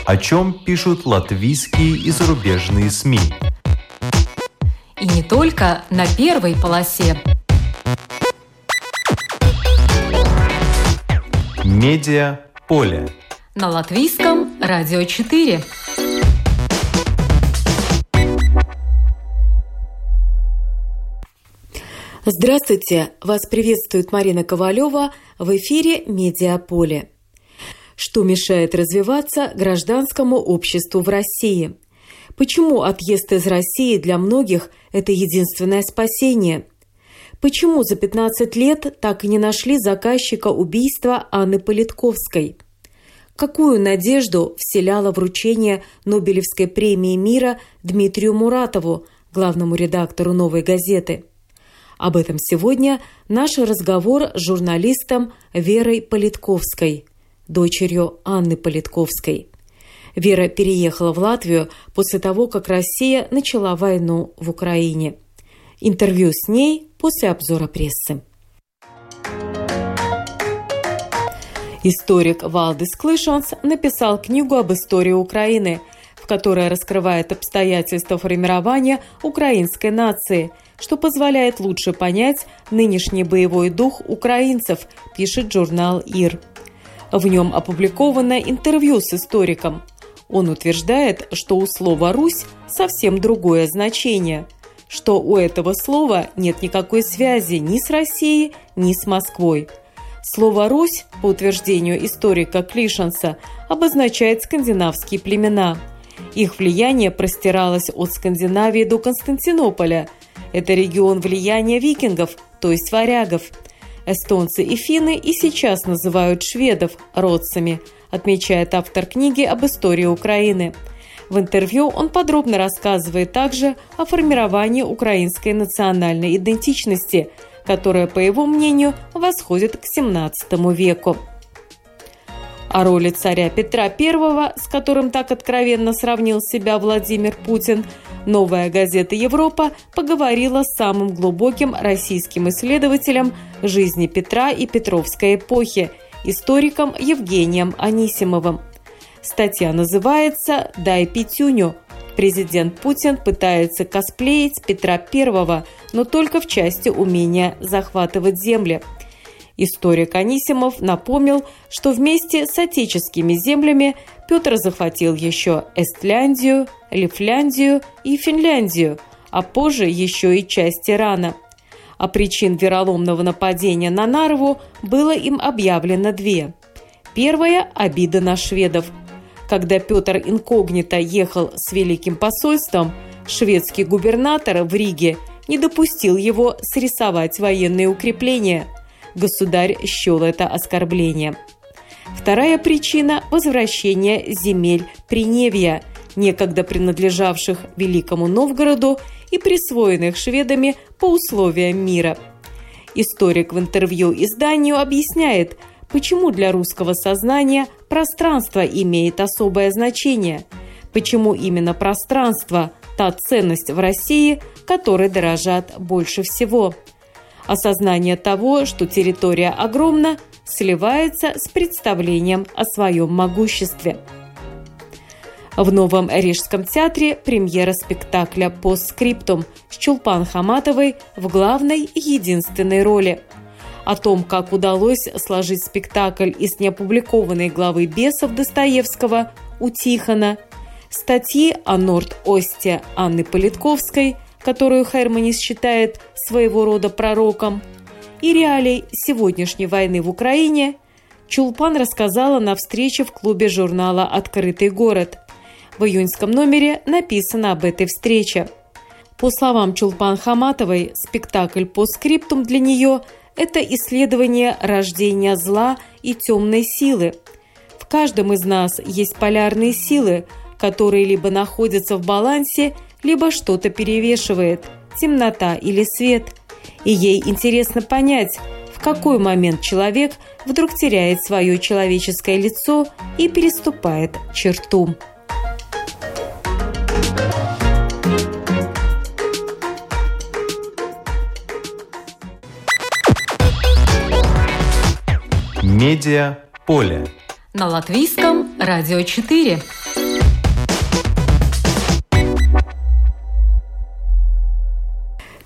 О чем пишут латвийские и зарубежные СМИ. И не только на первой полосе. Медиаполе. На Латвийском радио 4. Здравствуйте! Вас приветствует Марина Ковалева в эфире «Медиаполе». Что мешает развиваться гражданскому обществу в России? Почему отъезд из России для многих – это единственное спасение? Почему за 15 лет так и не нашли заказчика убийства Анны Политковской? Какую надежду вселяло вручение Нобелевской премии мира Дмитрию Муратову, главному редактору «Новой газеты»? Об этом сегодня наш разговор с журналистом Верой Политковской, дочерью Анны Политковской. Вера переехала в Латвию после того, как Россия начала войну в Украине. Интервью с ней после обзора прессы. Историк Валдис Клишонс написал книгу об истории Украины, в которой раскрывает обстоятельства формирования украинской нации, что позволяет лучше понять нынешний боевой дух украинцев, пишет журнал «Ир». В нем опубликовано интервью с историком. Он утверждает, что у слова «Русь» совсем другое значение, что у этого слова нет никакой связи ни с Россией, ни с Москвой. Слово «Русь», по утверждению историка Клишонса, обозначает скандинавские племена. Их влияние простиралось от Скандинавии до Константинополя. Это регион влияния викингов, то есть варягов. Эстонцы и финны и сейчас называют шведов родцами, отмечает автор книги об истории Украины. В интервью он подробно рассказывает также о формировании украинской национальной идентичности, которая, по его мнению, восходит к XVII веку. О роли царя Петра I, с которым так откровенно сравнил себя Владимир Путин, «Новая газета Европа» поговорила с самым глубоким российским исследователем жизни Петра и Петровской эпохи, историком Евгением Анисимовым. Статья называется «Дай пятюню». Президент Путин пытается косплеить Петра I, но только в части умения захватывать земли. Историк Анисимов напомнил, что вместе с отеческими землями Петр захватил еще Эстляндию, Лифляндию и Финляндию, а позже еще и часть Ирана. О причин вероломного нападения на Нарву было им объявлено две. Первая – обида на шведов. Когда Петр инкогнито ехал с Великим посольством, шведский губернатор в Риге не допустил его срисовать военные укрепления. Государь счел это оскорблением. Вторая причина – возвращение земель Приневья, некогда принадлежавших Великому Новгороду и присвоенных шведами по условиям мира. Историк в интервью изданию объясняет, почему для русского сознания пространство имеет особое значение, почему именно пространство – та ценность в России, которой дорожат больше всего. Осознание того, что территория огромна, сливается с представлением о своем могуществе. В Новом Рижском театре премьера спектакля «Постскриптум» с Чулпан Хаматовой в главной и единственной роли. О том, как удалось сложить спектакль из неопубликованной главы «Бесов» Достоевского у Тихона, статьи о Норд-Осте Анны Политковской, которую Херманис считает своего рода пророком, и реалий сегодняшней войны в Украине, Чулпан рассказала на встрече в клубе журнала «Открытый город». В июньском номере написано об этой встрече. По словам Чулпан Хаматовой, спектакль «Постскриптум» для нее – это исследование рождения зла и темной силы. В каждом из нас есть полярные силы, которые либо находятся в балансе, либо что-то перевешивает – темнота или свет. И ей интересно понять, в какой момент человек вдруг теряет свое человеческое лицо и переступает черту. Медиаполе. На Латвийском радио 4.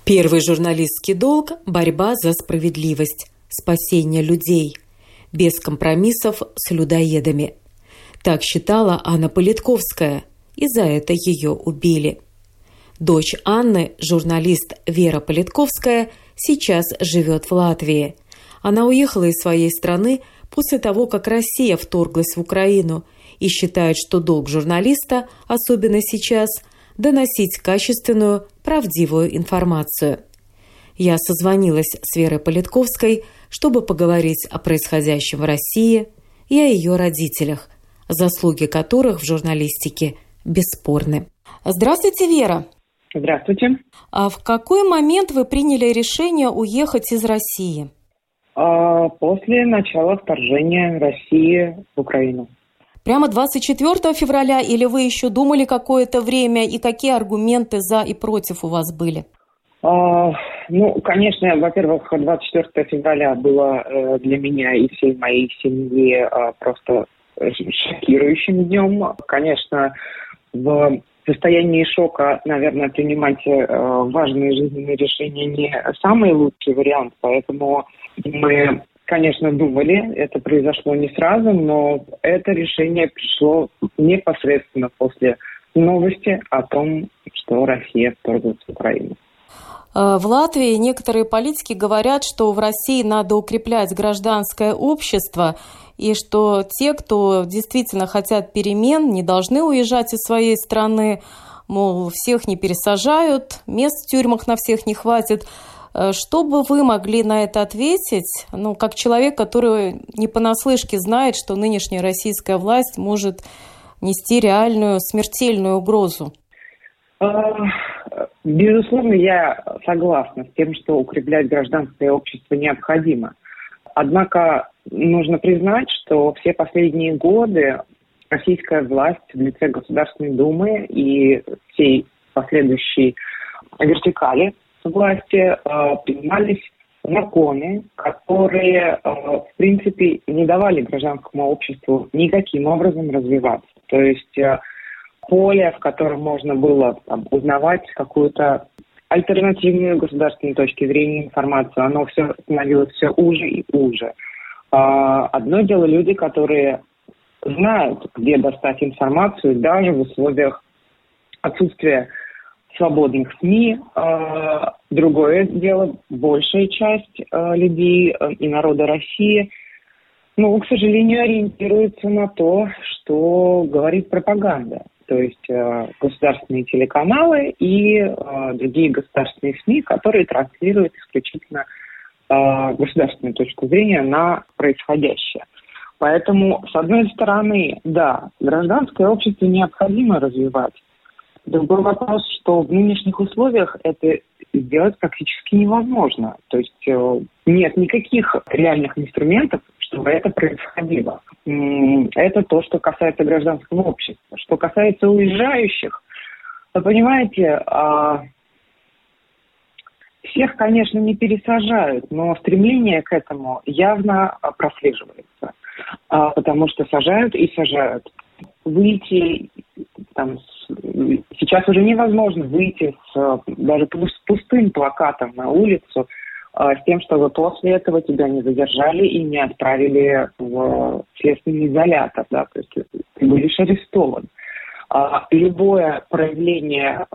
Первый журналистский долг – борьба за справедливость, спасение людей, без компромиссов с людоедами. Так считала Анна Политковская, и за это ее убили. Дочь Анны, журналист Вера Политковская, сейчас живет в Латвии. Она уехала из своей страны после того, как Россия вторглась в Украину, и считает, что долг журналиста, особенно сейчас, доносить качественную, правдивую информацию. Я созвонилась с Верой Политковской, чтобы поговорить о происходящем в России и о ее родителях, заслуги которых в журналистике бесспорны. Здравствуйте, Вера. Здравствуйте. А в какой момент вы приняли решение уехать из России? После начала вторжения России в Украину. Прямо 24 февраля или вы еще думали какое-то время, и какие аргументы за и против у вас были? Конечно, во-первых, 24 февраля было для меня и всей моей семьи просто шокирующим днем. Конечно, в состоянии шока, наверное, принимать важные жизненные решения не самый лучший вариант, поэтому мы, конечно, думали, это произошло не сразу, но это решение пришло непосредственно после новости о том, что Россия вторглась в Украину. В Латвии некоторые политики говорят, что в России надо укреплять гражданское общество, и что те, кто действительно хотят перемен, не должны уезжать из своей страны, мол, всех не пересажают, мест в тюрьмах на всех не хватит. Что бы вы могли на это ответить, как человек, который не понаслышке знает, что нынешняя российская власть может нести реальную смертельную угрозу? Безусловно, я согласна с тем, что укреплять гражданское общество необходимо. Однако нужно признать, что все последние годы российская власть в лице Государственной Думы и всей последующей вертикали власти принимались законы, которые, в принципе, не давали гражданскому обществу никаким образом развиваться. То есть поле, в котором можно было узнавать какую-то альтернативную государственной точки зрения информацию, оно все становилось все уже и уже. Одно дело люди, которые знают, где достать информацию, даже в условиях отсутствия свободных СМИ. Другое дело, большая часть людей и народа России, к сожалению, ориентируется на то, что говорит пропаганда. То есть государственные телеканалы и другие государственные СМИ, которые транслируют исключительно государственную точку зрения на происходящее. Поэтому, с одной стороны, да, гражданское общество необходимо развивать. Другой вопрос, что в нынешних условиях это сделать практически невозможно. То есть нет никаких реальных инструментов, чтобы это происходило. Это то, что касается гражданского общества. Что касается уезжающих, вы понимаете, всех, конечно, не пересажают, но стремление к этому явно прослеживается. Потому что сажают и сажают. Выйти, сейчас уже невозможно выйти даже с пустым плакатом на улицу, с тем, чтобы после этого тебя не задержали и не отправили в следственный изолятор, да, то есть ты будешь арестован. Любое проявление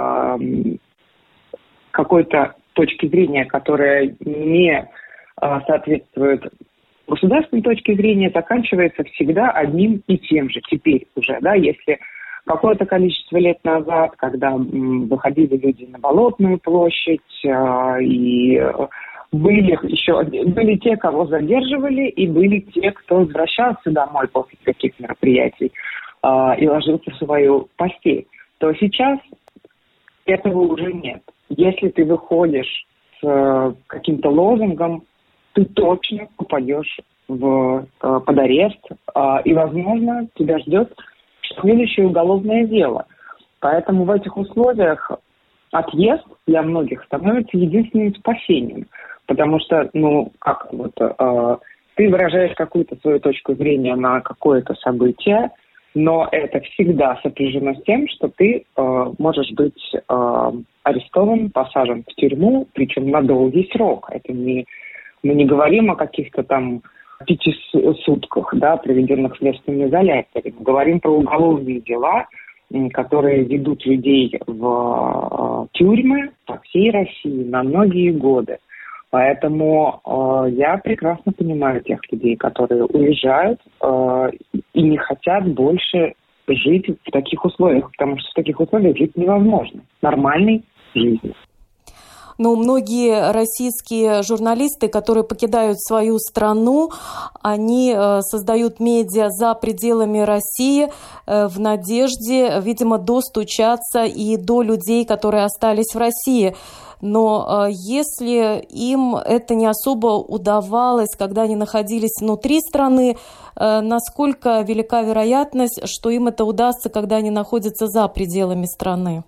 какой-то точки зрения, которая не соответствует государственной точке зрения, заканчивается всегда одним и тем же теперь уже, да, если какое-то количество лет назад, когда выходили люди на Болотную площадь, и были те, кого задерживали, и были те, кто возвращался домой после таких мероприятий и ложился в свою постель, то сейчас этого уже нет. Если ты выходишь с каким-то лозунгом, ты точно попадешь под арест, и, возможно, тебя ждет следующее уголовное дело. Поэтому в этих условиях отъезд для многих становится единственным спасением. Потому что, ты выражаешь какую-то свою точку зрения на какое-то событие, но это всегда сопряжено с тем, что ты можешь быть арестован, посажен в тюрьму, причем на долгий срок. Мы не говорим о каких-то там 5 сутках, да, проведенных в следственном изоляторе. Мы говорим про уголовные дела, которые ведут людей в тюрьмы по всей России на многие годы. Поэтому я прекрасно понимаю тех людей, которые уезжают и не хотят больше жить в таких условиях, потому что в таких условиях жить невозможно. Нормальной жизни. Но многие российские журналисты, которые покидают свою страну, они создают медиа за пределами России в надежде, видимо, достучаться и до людей, которые остались в России. Но если им это не особо удавалось, когда они находились внутри страны, насколько велика вероятность, что им это удастся, когда они находятся за пределами страны?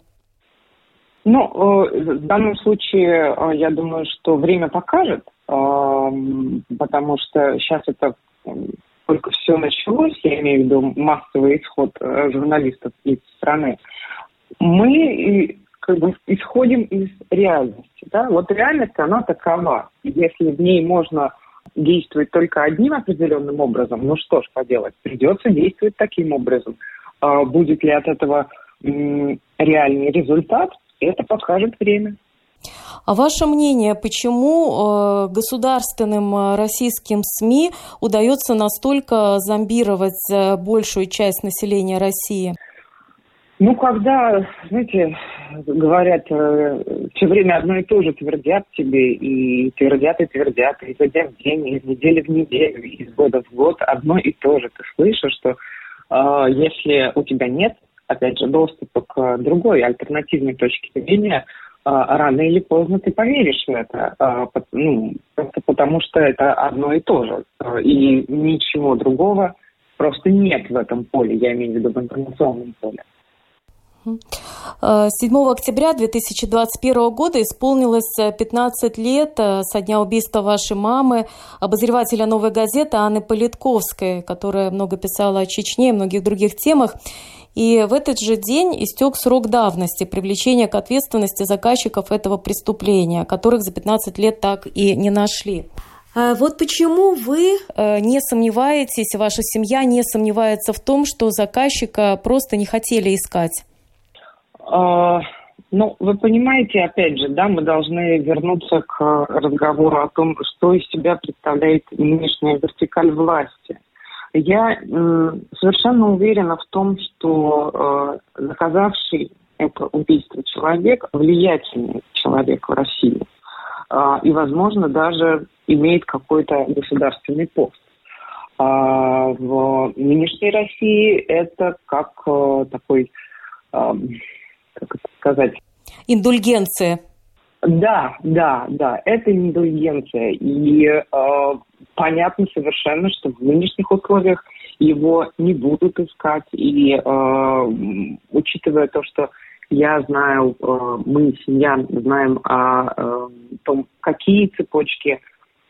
В данном случае, я думаю, что время покажет, потому что сейчас это только все началось, я имею в виду массовый исход журналистов из страны. Мы исходим из реальности. Да? Вот реальность, она такова. Если в ней можно действовать только одним определенным образом, ну что ж поделать, придется действовать таким образом. Будет ли от этого реальный результат, это покажет время. А ваше мнение, почему государственным российским СМИ удается настолько зомбировать большую часть населения России? Когда, знаете, говорят, все время одно и то же твердят тебе, и твердят, и изо дня в день, из недели в неделю, из года в год, одно и то же. Ты слышишь, что если у тебя нет, опять же, доступа к другой альтернативной точке зрения, рано или поздно ты поверишь в это, просто потому что это одно и то же. И ничего другого просто нет в этом поле, я имею в виду в информационном поле. 7 октября 2021 года исполнилось 15 лет со дня убийства вашей мамы, обозревателя «Новой газеты» Анны Политковской, которая много писала о Чечне и многих других темах. И в этот же день истек срок давности привлечения к ответственности заказчиков этого преступления, которых за 15 лет так и не нашли. Вот почему вы не сомневаетесь, ваша семья не сомневается в том, что заказчика просто не хотели искать? Вы понимаете, опять же, да, мы должны вернуться к разговору о том, что из себя представляет нынешняя вертикаль власти. Я совершенно уверена в том, что заказавший это убийство человек, влиятельный человек в России, и, возможно, даже имеет какой-то государственный пост. В нынешней России это как такой, как это сказать? Индульгенция. Да, это индульгенция. И понятно совершенно, что в нынешних условиях его не будут искать. И учитывая то, что я знаю, мы, семья, знаем о том, какие цепочки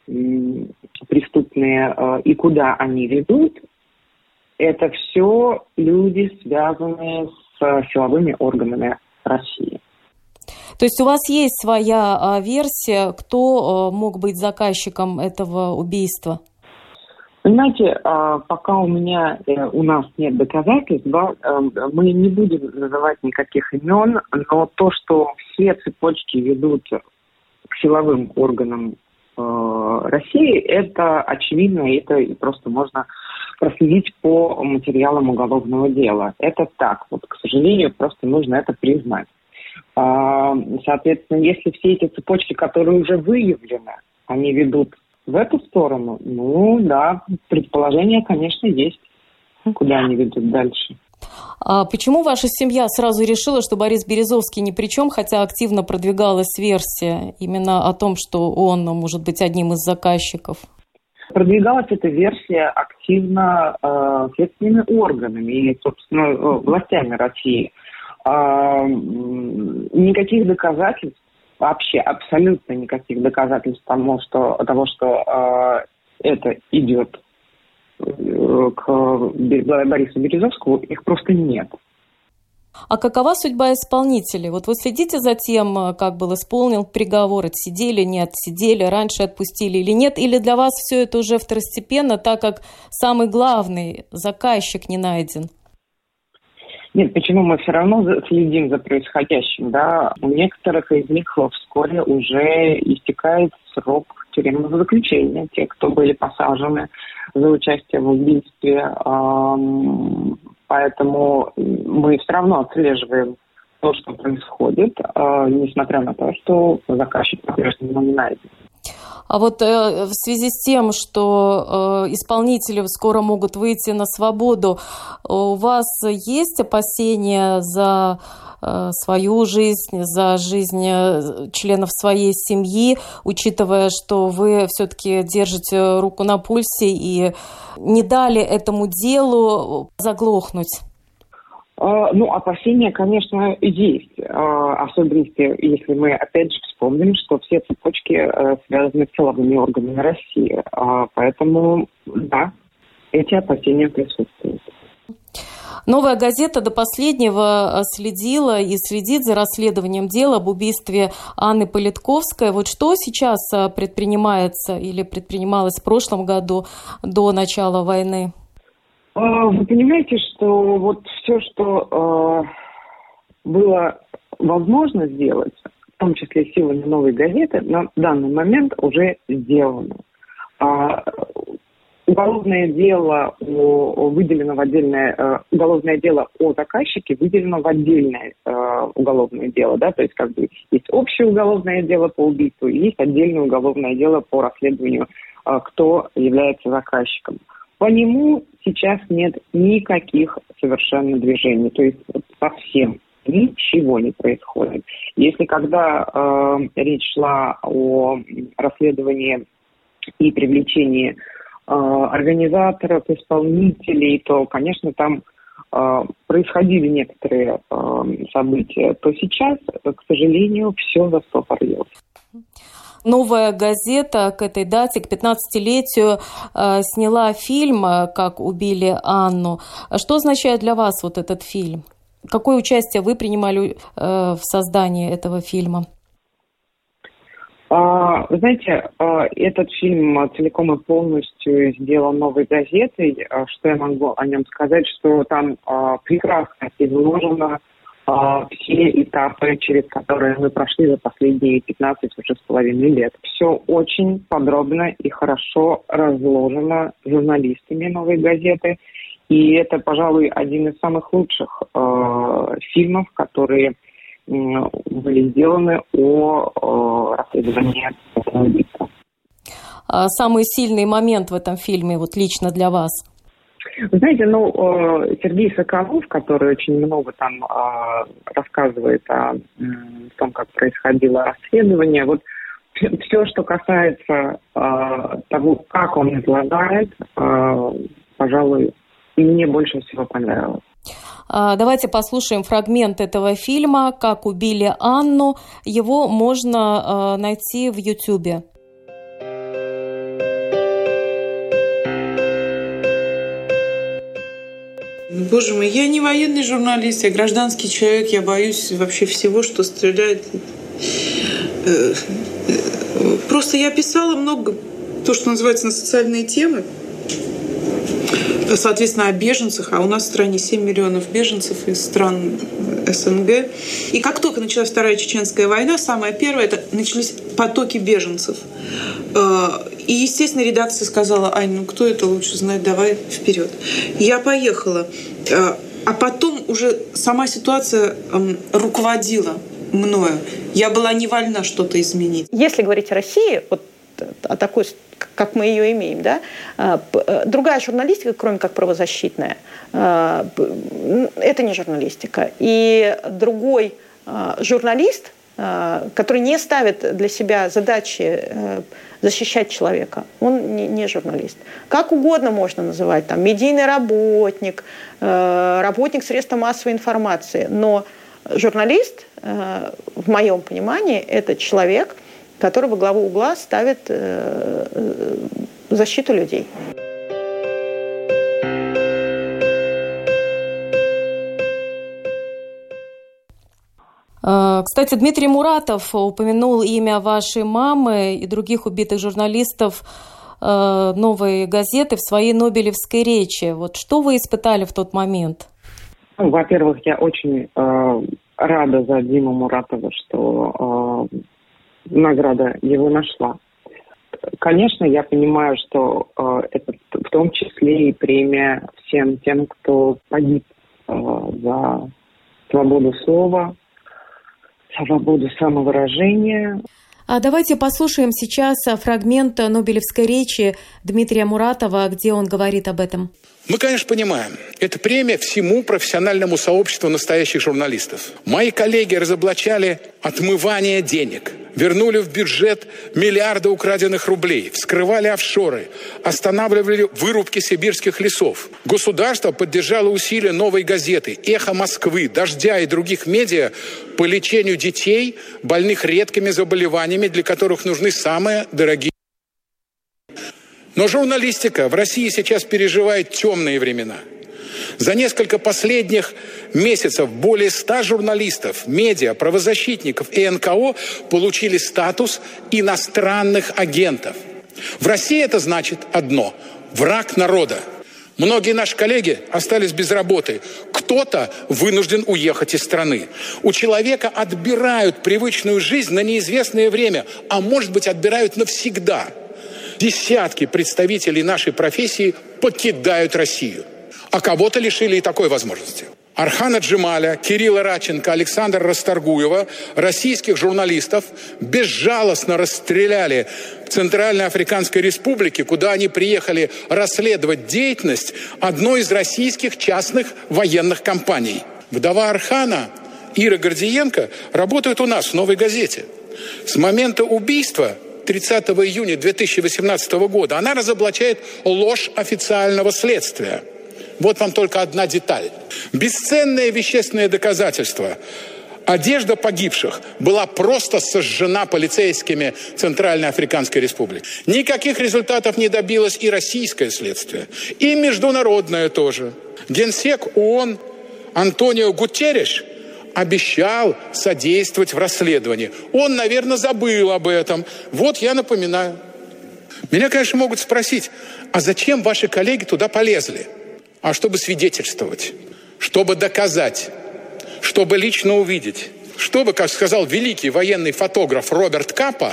преступные и куда они ведут, это все люди, связанные с силовыми органами России. То есть у вас есть своя версия, кто мог быть заказчиком этого убийства? Понимаете, пока у нас нет доказательств, мы не будем называть никаких имен, но то, что все цепочки ведут к силовым органам России, это очевидно, и это просто можно проследить по материалам уголовного дела. Это так. Вот, к сожалению, просто нужно это признать. Соответственно, если все эти цепочки, которые уже выявлены, они ведут в эту сторону, да, предположение, конечно, есть, куда они ведут дальше. А почему ваша семья сразу решила, что Борис Березовский ни при чем, хотя активно продвигалась версия именно о том, что он может быть одним из заказчиков? Продвигалась эта версия активно следственными органами и, собственно, властями России. Никаких доказательств, вообще абсолютно никаких доказательств того, что это идет к Борису Березовскому, их просто нет. А какова судьба исполнителей? Вот вы следите за тем, как был исполнен приговор, отсидели, не отсидели, раньше отпустили или нет? Или для вас все это уже второстепенно, так как самый главный заказчик не найден? Нет, почему мы все равно следим за происходящим, да? У некоторых из них вскоре уже истекает срок тюремного заключения, те, кто были посажены за участие в убийстве. Поэтому мы все равно отслеживаем то, что происходит, несмотря на то, что заказчик по-прежнему не найден. А вот в связи с тем, что исполнители скоро могут выйти на свободу, у вас есть опасения за свою жизнь, за жизнь членов своей семьи, учитывая, что вы все-таки держите руку на пульсе и не дали этому делу заглохнуть? Опасения, конечно, есть. Особенно если мы, опять же, вспомним, что все цепочки связаны с силовыми органами России. Поэтому, да, эти опасения присутствуют. «Новая газета» до последнего следила и следит за расследованием дела об убийстве Анны Политковской. Вот что сейчас предпринимается или предпринималось в прошлом году до начала войны? Вы понимаете, что вот все, что было возможно сделать, в том числе силами «Новой газеты», на данный момент уже сделано. Уголовное дело выделено в отдельное, уголовное дело о заказчике выделено в отдельное уголовное дело, да, то есть как бы есть общее уголовное дело по убийству и есть отдельное уголовное дело по расследованию, кто является заказчиком. По нему сейчас нет никаких совершенно движений, то есть совсем ничего не происходит. Если когда речь шла о расследовании и привлечении организаторов, исполнителей, то, конечно, там происходили некоторые события, то сейчас, к сожалению, все застопорилось. «Новая газета» к этой дате, к 15-летию, сняла фильм «Как убили Анну». Что означает для вас вот этот фильм? Какое участие вы принимали в создании этого фильма? Вы знаете, этот фильм целиком и полностью сделан «Новой газетой». Что я могу о нем сказать, что там прекрасно изложено все этапы, через которые мы прошли за последние 15 уже с половиной лет. Все очень подробно и хорошо разложено журналистами «Новой газеты». И это, пожалуй, один из самых лучших фильмов, которые были сделаны о расследовании этого убийства. Самый сильный момент в этом фильме, вот лично для вас? Вы знаете, Сергей Соколов, который очень много там рассказывает о том, как происходило расследование, вот все, что касается того, как он излагает, пожалуй, мне больше всего понравилось. Давайте послушаем фрагмент этого фильма «Как убили Анну». Его можно найти в Ютьюбе. Боже мой, я не военный журналист, я гражданский человек, я боюсь вообще всего, что стреляет. Просто я писала много, то, что называется, на социальные темы, соответственно, о беженцах, а у нас в стране 7 миллионов беженцев из стран СНГ. И как только началась Вторая Чеченская война, самое первое, это начались потоки беженцев. И, естественно, редакция сказала: Ань, кто это лучше знает, давай вперед. Я поехала. А потом уже сама ситуация руководила мною. Я была не вольна что-то изменить. Если говорить о России, вот о такой, как мы ее имеем, да, другая журналистика, кроме как правозащитная, это не журналистика. И другой журналист, который не ставит для себя задачи защищать человека, он не журналист. Как угодно можно называть, там, медийный работник, работник средств массовой информации, но журналист, в моем понимании, это человек, который во главу угла ставит защиту людей. Кстати, Дмитрий Муратов упомянул имя вашей мамы и других убитых журналистов «Новой газеты» в своей Нобелевской речи. Вот что вы испытали в тот момент? Во-первых, я очень рада за Диму Муратова, что награда его нашла. Конечно, я понимаю, что это в том числе и премия всем тем, кто погиб за свободу слова, свободу самовыражения. А давайте послушаем сейчас фрагмент Нобелевской речи Дмитрия Муратова, где он говорит об этом. Мы, конечно, понимаем, это премия всему профессиональному сообществу настоящих журналистов. Мои коллеги разоблачали отмывание денег, вернули в бюджет миллиарды украденных рублей, вскрывали офшоры, останавливали вырубки сибирских лесов. Государство поддержало усилия «Новой газеты», «Эхо Москвы», «Дождя» и других медиа по лечению детей, больных редкими заболеваниями, для которых нужны самые дорогие. Но журналистика в России сейчас переживает темные времена. За несколько последних месяцев более 100 журналистов, медиа, правозащитников и НКО получили статус иностранных агентов. В России это значит одно – враг народа. Многие наши коллеги остались без работы. Кто-то вынужден уехать из страны. У человека отбирают привычную жизнь на неизвестное время, а может быть отбирают навсегда. Десятки представителей нашей профессии покидают Россию. А кого-то лишили и такой возможности. Архана Джемаля, Кирилла Радченко, Александра Расторгуева, российских журналистов, безжалостно расстреляли в Центральной Африканской Республике, куда они приехали расследовать деятельность одной из российских частных военных компаний. Вдова Архана, Ира Гордиенко, работает у нас в «Новой газете». С момента убийства 30 июня 2018 года она разоблачает ложь официального следствия. Вот вам только одна деталь. Бесценное вещественное доказательство. Одежда погибших была просто сожжена полицейскими Центральной Африканской Республики. Никаких результатов не добилось и российское следствие, и международное тоже. Генсек ООН Антонио Гутерриш обещал содействовать в расследовании. Он, наверное, забыл об этом. Вот я напоминаю. Меня, конечно, могут спросить, а зачем ваши коллеги туда полезли? А чтобы свидетельствовать, чтобы доказать, чтобы лично увидеть, чтобы, как сказал великий военный фотограф Роберт Капа,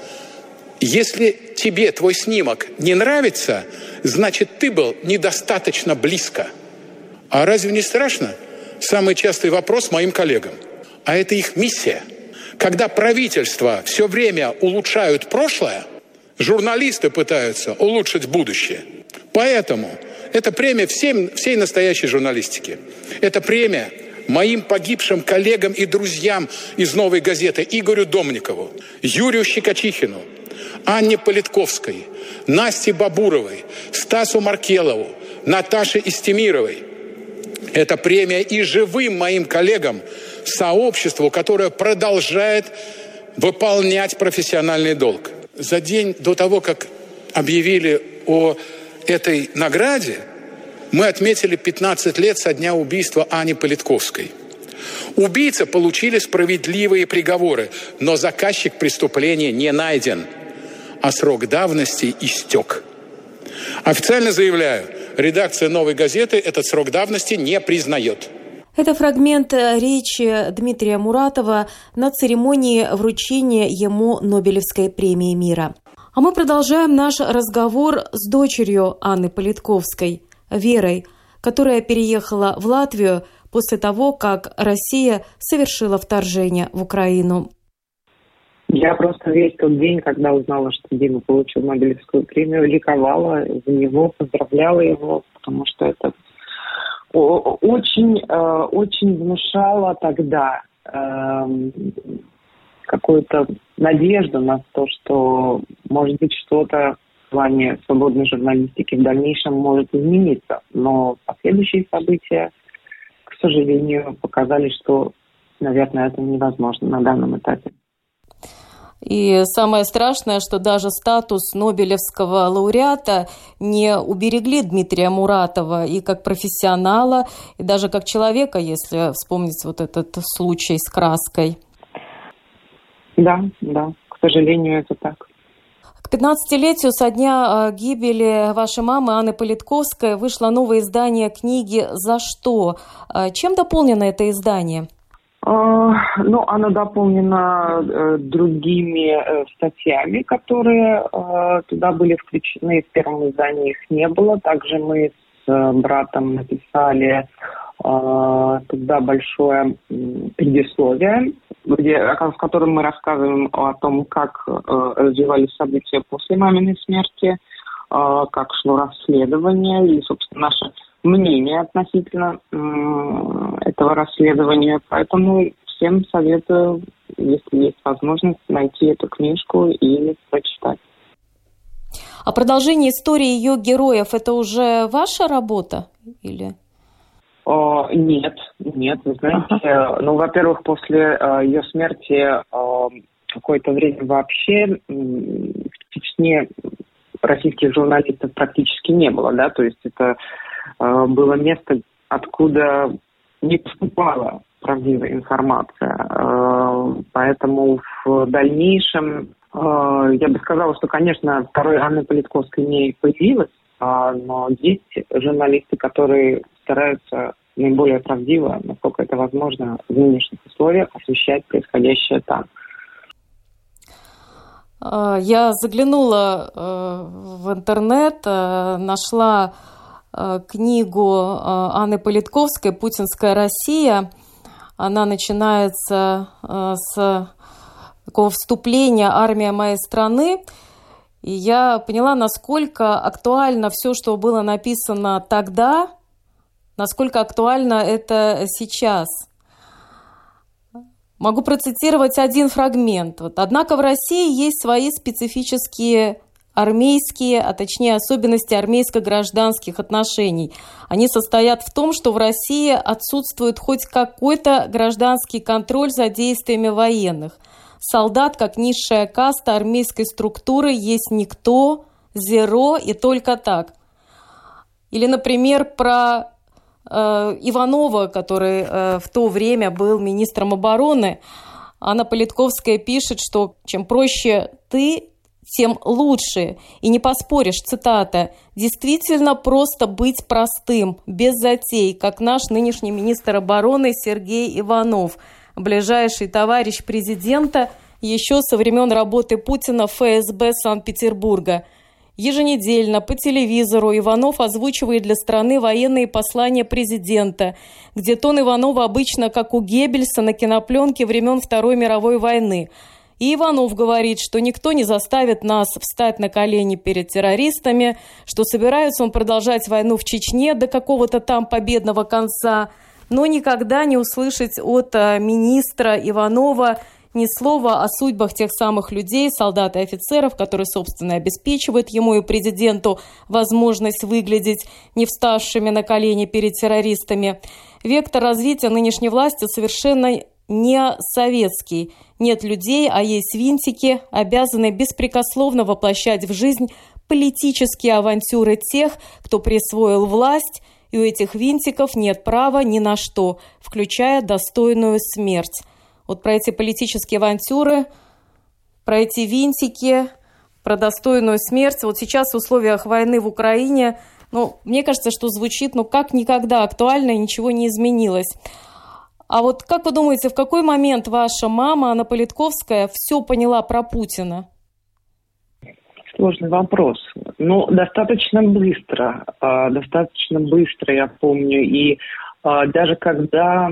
если тебе твой снимок не нравится, значит, ты был недостаточно близко. А разве не страшно? Самый частый вопрос моим коллегам. А это их миссия. Когда правительства все время улучшают прошлое, журналисты пытаются улучшить будущее. Поэтому это премия всей настоящей журналистики. Это премия моим погибшим коллегам и друзьям из «Новой газеты» Игорю Домникову, Юрию Щекочихину, Анне Политковской, Насте Бабуровой, Стасу Маркелову, Наташе Истемировой. Это премия и живым моим коллегам, сообществу, которое продолжает выполнять профессиональный долг. За день до того, как объявили о этой награде, мы отметили 15 лет со дня убийства Ани Политковской. Убийцы получили справедливые приговоры, но заказчик преступления не найден, а срок давности истек. Официально заявляю, редакция «Новой газеты» этот срок давности не признает. Это фрагмент речи Дмитрия Муратова на церемонии вручения ему Нобелевской премии мира. А мы продолжаем наш разговор с дочерью Анны Политковской, Верой, которая переехала в Латвию после того, как Россия совершила вторжение в Украину. Я просто весь тот день, когда узнала, что Дима получил Нобелевскую премию, ликовала за него, поздравляла его, потому что это очень внушало тогда какую-то надежду на то, что, может быть, что-то в плане свободной журналистики в дальнейшем может измениться. Но последующие события, к сожалению, показали, что, наверное, это невозможно на данном этапе. И самое страшное, что даже статус Нобелевского лауреата не уберегли Дмитрия Муратова и как профессионала, и даже как человека, если вспомнить вот этот случай с краской. Да, к сожалению, это так. К 15-летию со дня гибели вашей мамы Анны Политковской вышло новое издание книги «За что?». Чем дополнено это издание? Оно дополнено другими статьями, которые туда были включены. В первом издании их не было. Также мы с братом написали туда большое предисловие, в котором мы рассказываем о том, как развивались события после маминой смерти, как шло расследование и, собственно, наше мнение относительно этого расследования. Поэтому всем советую, если есть возможность, найти эту книжку и прочитать. А продолжение истории ее героев – это уже ваша работа или... Нет, вы знаете, во-первых, после ее смерти какое-то время вообще в Чечне российских журналистов практически не было, да, то есть это было место, откуда не поступала правдивая информация, поэтому в дальнейшем я бы сказала, что, конечно, второй Анны Политковской не появилось, но есть журналисты, которые стараются наиболее правдиво, насколько это возможно, в нынешних условиях освещать происходящее там. Я заглянула в интернет, нашла книгу Анны Политковской «Путинская Россия». Она начинается с такого вступления «Армия моей страны». И я поняла, насколько актуально все, что было написано тогда, насколько актуально это сейчас. Могу процитировать один фрагмент. Однако в России есть свои специфические армейские, а точнее особенности армейско-гражданских отношений. Они состоят в том, что в России отсутствует хоть какой-то гражданский контроль за действиями военных. Солдат, как низшая каста армейской структуры, есть никто, зеро и только так. Или, например, про Иванова, который в то время был министром обороны. Анна Политковская пишет, что чем проще ты, тем лучше. И не поспоришь, цитата, «действительно просто быть простым, без затей, как наш нынешний министр обороны Сергей Иванов, ближайший товарищ президента еще со времен работы Путина в ФСБ Санкт-Петербурга. Еженедельно по телевизору Иванов озвучивает для страны военные послания президента, где тон Иванова обычно как у Геббельса на кинопленке времен Второй мировой войны. И Иванов говорит, что никто не заставит нас встать на колени перед террористами, что собирается он продолжать войну в Чечне до какого-то там победного конца, но никогда не услышать от министра Иванова ни слова о судьбах тех самых людей, солдат и офицеров, которые, собственно, обеспечивают ему и президенту возможность выглядеть не вставшими на колени перед террористами. Вектор развития нынешней власти совершенно не советский. Нет людей, а есть винтики, обязанные беспрекословно воплощать в жизнь политические авантюры тех, кто присвоил власть, и у этих винтиков нет права ни на что, включая достойную смерть. Вот про эти политические авантюры, про эти винтики, про достойную смерть. Вот сейчас в условиях войны в Украине, мне кажется, что звучит, как никогда актуально, и ничего не изменилось. А вот как вы думаете, в какой момент ваша мама, Анна Политковская, все поняла про Путина? Сложный вопрос. Достаточно быстро, я помню. И даже когда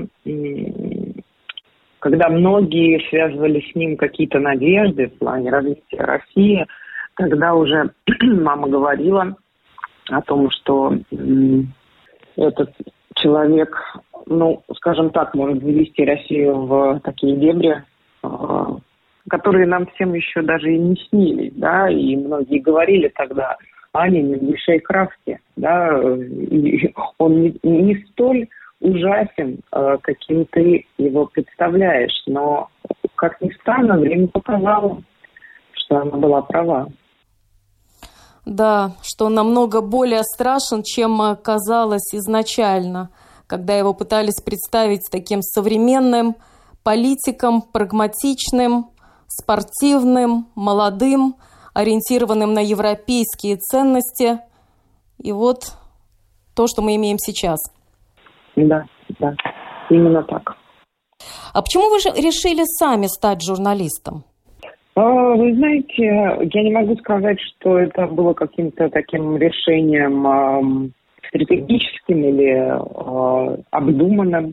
многие связывали с ним какие-то надежды в плане развития России, когда уже мама говорила о том, что этот человек, скажем так, может вывести Россию в такие дебри, которые нам всем еще даже и не снились, да, и многие говорили тогда, Аня, не мешай крафте, да, и он не столь ужасен, каким ты его представляешь, но, как ни странно, время показало, что она была права. Да, что он намного более страшен, чем казалось изначально, когда его пытались представить таким современным политиком, прагматичным, спортивным, молодым, ориентированным на европейские ценности. И вот то, что мы имеем сейчас. Да, именно так. А почему вы же решили сами стать журналистом? Вы знаете, я не могу сказать, что это было каким-то таким решением стратегическим или обдуманным.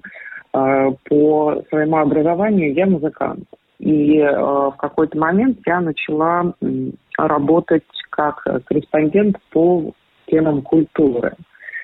По своему образованию я музыкант. И в какой-то момент я начала работать как корреспондент по темам культуры,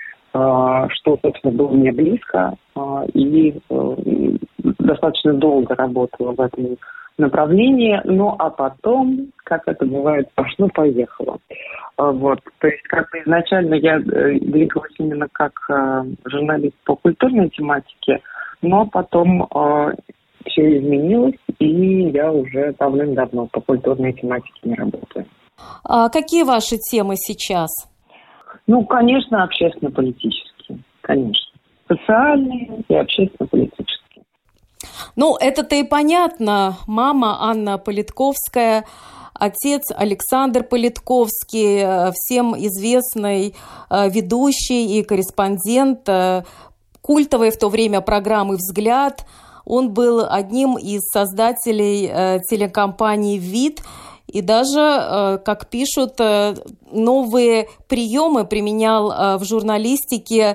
что, собственно, было мне близко, и достаточно долго работала в этом направлении. Ну, а потом, как это бывает, пошло-поехало. Вот. То есть, как бы изначально я двигалась именно как журналист по культурной тематике, но потом все изменилось, и я уже давным-давно по культурной тематике не работаю. А какие ваши темы сейчас? Ну, конечно, общественно-политические, конечно. Социальные и общественно-политические. Ну, это-то и понятно. Мама Анна Политковская, отец Александр Политковский, всем известный ведущий и корреспондент культовой в то время программы «Взгляд». Он был одним из создателей телекомпании «ВИД». И даже, как пишут, новые приемы применял в журналистике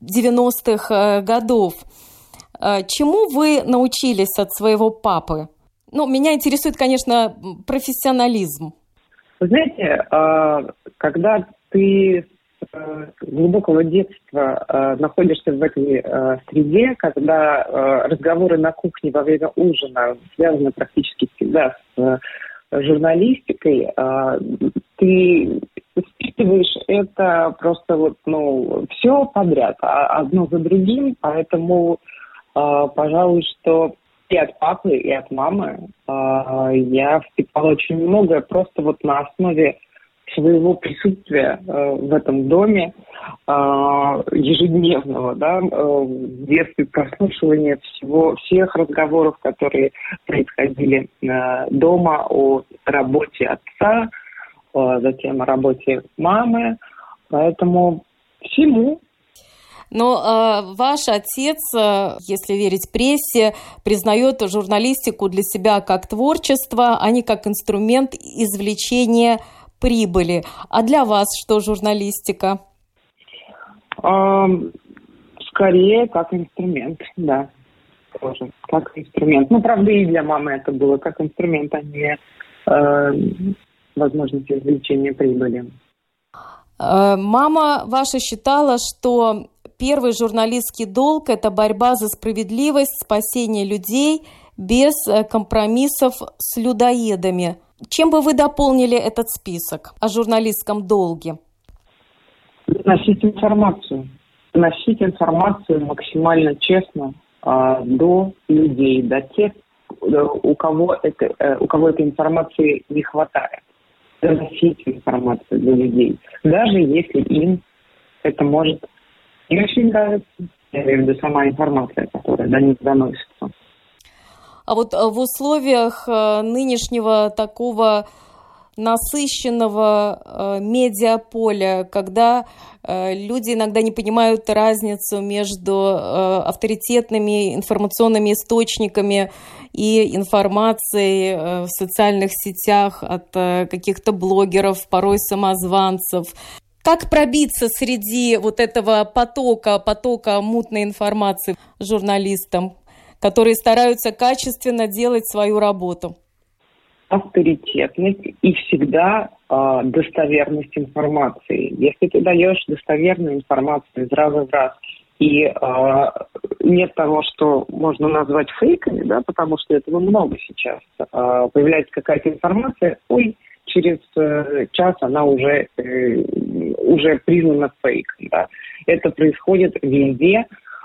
90-х годов. Чему вы научились от своего папы? Ну, меня интересует, конечно, профессионализм. Вы знаете, когда ты с глубокого детства находишься в этой среде, когда разговоры на кухне во время ужина связаны практически всегда с журналистикой, ты впитываешь это просто все подряд, одно за другим, поэтому, пожалуй, что и от папы, и от мамы я впитала очень многое просто на основе своего присутствия в этом доме ежедневного, в детстве прослушивания всех разговоров, которые происходили дома о работе отца, затем о работе мамы, поэтому всему. Но ваш отец, если верить прессе, признает журналистику для себя как творчество, а не как инструмент извлечения прибыли. А для вас что журналистика? Скорее, как инструмент, да. Тоже как инструмент. Ну, правда, и для мамы это было как инструмент, а не возможность извлечения прибыли. Мама ваша считала, что первый журналистский долг – это борьба за справедливость, спасение людей без компромиссов с людоедами. Чем бы вы дополнили этот список о журналистском долге? Носить информацию максимально честно до людей, до тех, у кого этой информации не хватает. Доносить информацию до людей, даже если им это может не очень нравиться. Я имею в виду сама информация, которая до них доносится. А вот в условиях нынешнего такого насыщенного медиаполя, когда люди иногда не понимают разницу между авторитетными информационными источниками и информацией в социальных сетях от каких-то блогеров, порой самозванцев. Как пробиться среди этого потока мутной информации журналистам, которые стараются качественно делать свою работу? Авторитетность и всегда достоверность информации. Если ты даешь достоверную информацию из раза в раз, и нет того, что можно назвать фейками, да, потому что этого много сейчас, появляется какая-то информация, через час она уже признана фейком. Да. Это происходит везде,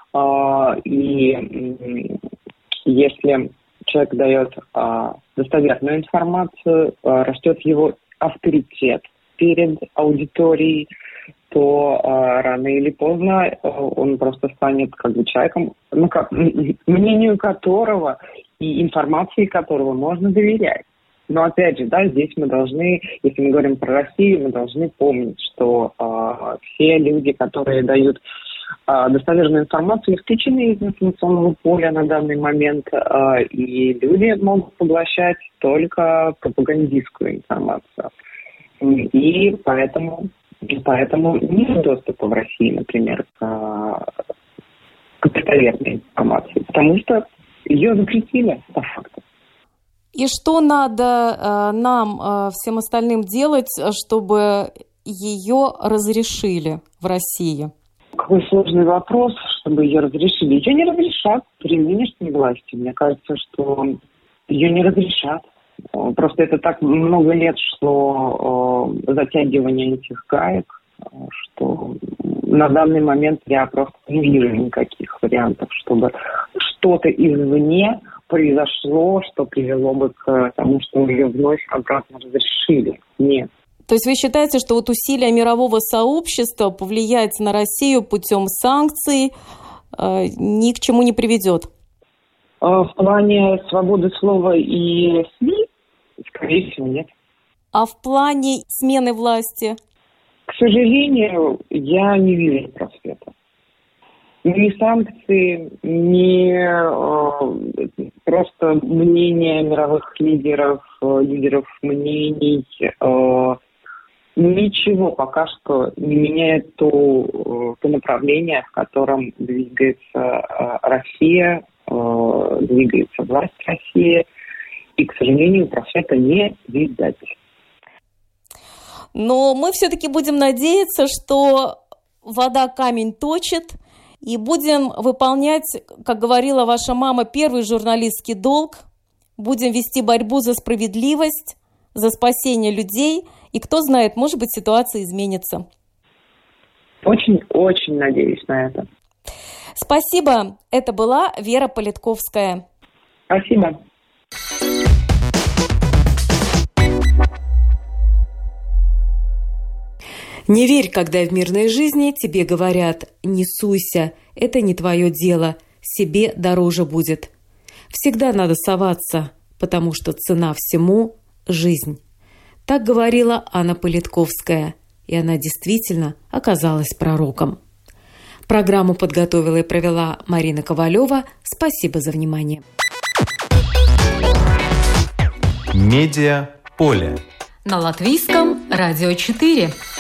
и если человек дает достоверную информацию, растет его авторитет перед аудиторией, то рано или поздно он просто станет человеком, мнению которого и информации которого можно доверять. Но опять же, да, здесь мы должны, если мы говорим про Россию, мы должны помнить, что все люди, которые дают достоверную информацию, исключены из информационного поля на данный момент, и люди могут поглощать только пропагандистскую информацию. И поэтому нет доступа в России, например, к достоверной информации, потому что ее запретили по факту. И что надо нам, всем остальным, делать, чтобы ее разрешили в России? Какой сложный вопрос, чтобы ее разрешили. Ее не разрешат при нынешней власти. Мне кажется, что ее не разрешат. Просто это так много лет шло затягивание этих гаек, что на данный момент я просто не вижу никаких вариантов, чтобы что-то извне произошло, что привело бы к тому, что ее вновь обратно разрешили. Нет. То есть вы считаете, что вот усилия мирового сообщества повлиять на Россию путем санкций ни к чему не приведет? В плане свободы слова и СМИ, скорее всего, нет. А в плане смены власти? К сожалению, я не вижу просвета. Ни санкции, ни просто мнения мировых лидеров мнений, ничего пока что не меняет то направление, в котором двигается Россия, двигается власть России. И, к сожалению, просвета не видать. Но мы все-таки будем надеяться, что вода камень точит, и будем выполнять, как говорила ваша мама, первый журналистский долг. Будем вести борьбу за справедливость, за спасение людей. И кто знает, может быть, ситуация изменится. Очень надеюсь на это. Спасибо. Это была Вера Политковская. Спасибо. Не верь, когда в мирной жизни тебе говорят «не суйся, это не твое дело, себе дороже будет». Всегда надо соваться, потому что цена всему – жизнь. Так говорила Анна Политковская, и она действительно оказалась пророком. Программу подготовила и провела Марина Ковалева. Спасибо за внимание. Медиа поле. На Латвийском радио 4.